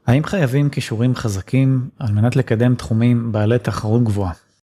האם חייבים כישורים חזקים על מנת לקדם תחומים בעלי תחרות גבוהה?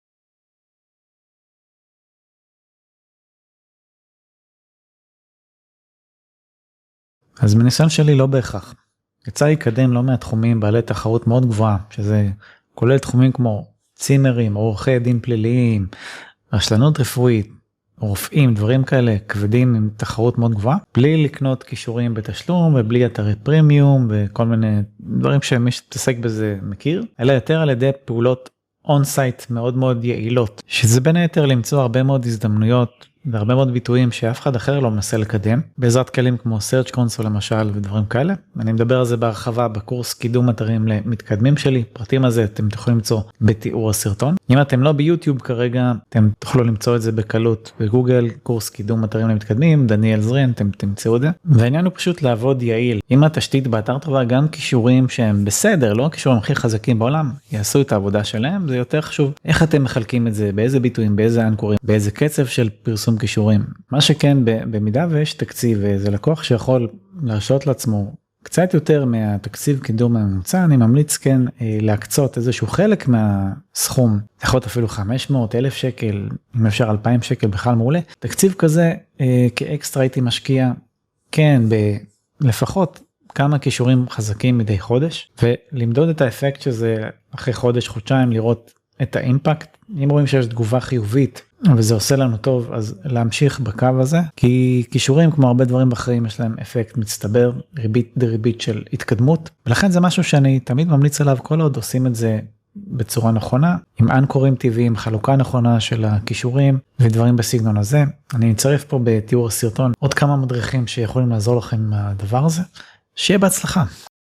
אז מניסיון שלי לא בהכרח. יצא לקדם לא מהתחומים בעלי תחרות מאוד גבוהה, שזה כולל תחומים כמו צימרים, עורכי דין פליליים, רשלנות רפואית, רופאים, דברים כאלה כבדים עם תחרות מאוד גבוהה, בלי לקנות כישורים בתשלום ובלי אתרי פרימיום וכל מיני דברים שמי שתעסק בזה מכיר, אלא יותר על ידי פעולות און סייט מאוד מאוד יעילות, שזה בין היתר למצוא הרבה מאוד הזדמנויות והרבה מאוד ביטויים שאף אחד אחר לא מנסה לקדם, בעזרת כלים כמו Search Console למשל ודברים כאלה. אני מדבר על זה בהרחבה בקורס קידום אתרים למתקדמים שלי, פרטים על זה אתם תוכלו למצוא בתיאור הסרטון. אם אתם לא ביוטיוב כרגע, אתם תוכלו למצוא את זה בקלות בגוגל, קורס קידום אתרים למתקדמים, דניאל זרין, אתם תמצאו את זה. והעניין הוא פשוט לעבוד יעיל. אם התשתית באתר טובה, גם כישורים שהם בסדר, לא הכישורים הכי חזקים בעולם, יעשו את העבודה שלהם, זה יותר חשוב. איך אתם מחלקים את זה, באיזה ביטויים, באיזה אנקורים, באיזה קצב של פרסום כישורים. מה שכן, במידה ויש תקציב ואיזה לקוח שיכול להרשות לעצמו קצת יותר מהתקציב קידום הממוצע, אני ממליץ כן להקצות איזשהו חלק מהסכום, יכול להיות אפילו 500, 1,000 שקל, אם אפשר 2,000 שקל בכלל מעולה. תקציב כזה כאקסטרה הייתי משקיע, כן, לפחות כמה כישורים חזקים מדי חודש, ולמדוד את האפקט שזה אחרי חודש, חודשיים, לראות את האימפקט. אם רואים שיש תגובה חיובית, וזה עושה לנו טוב, אז להמשיך בקו הזה, כי כישורים כמו הרבה דברים בחיים יש להם אפקט מצטבר, ריבית דריבית של התקדמות, ולכן זה משהו שאני תמיד ממליץ עליו כל עוד עושים את זה בצורה נכונה, עם אנקורים טבעיים, חלוקה נכונה של הכישורים ודברים בסגנון הזה. אני אצרף פה בתיאור הסרטון עוד כמה מדריכים שיכולים לעזור לכם עם הדבר הזה. שיהיה בהצלחה.